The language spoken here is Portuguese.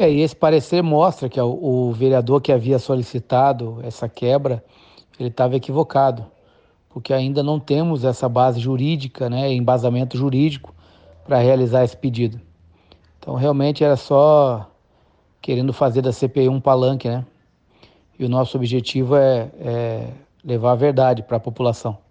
E esse parecer mostra que o vereador que havia solicitado essa quebra, ele estava equivocado, porque ainda não temos essa base jurídica, né, embasamento jurídico para realizar esse pedido. Então, realmente era só querendo fazer da CPI um palanque, né? E o nosso objetivo é levar a verdade para a população.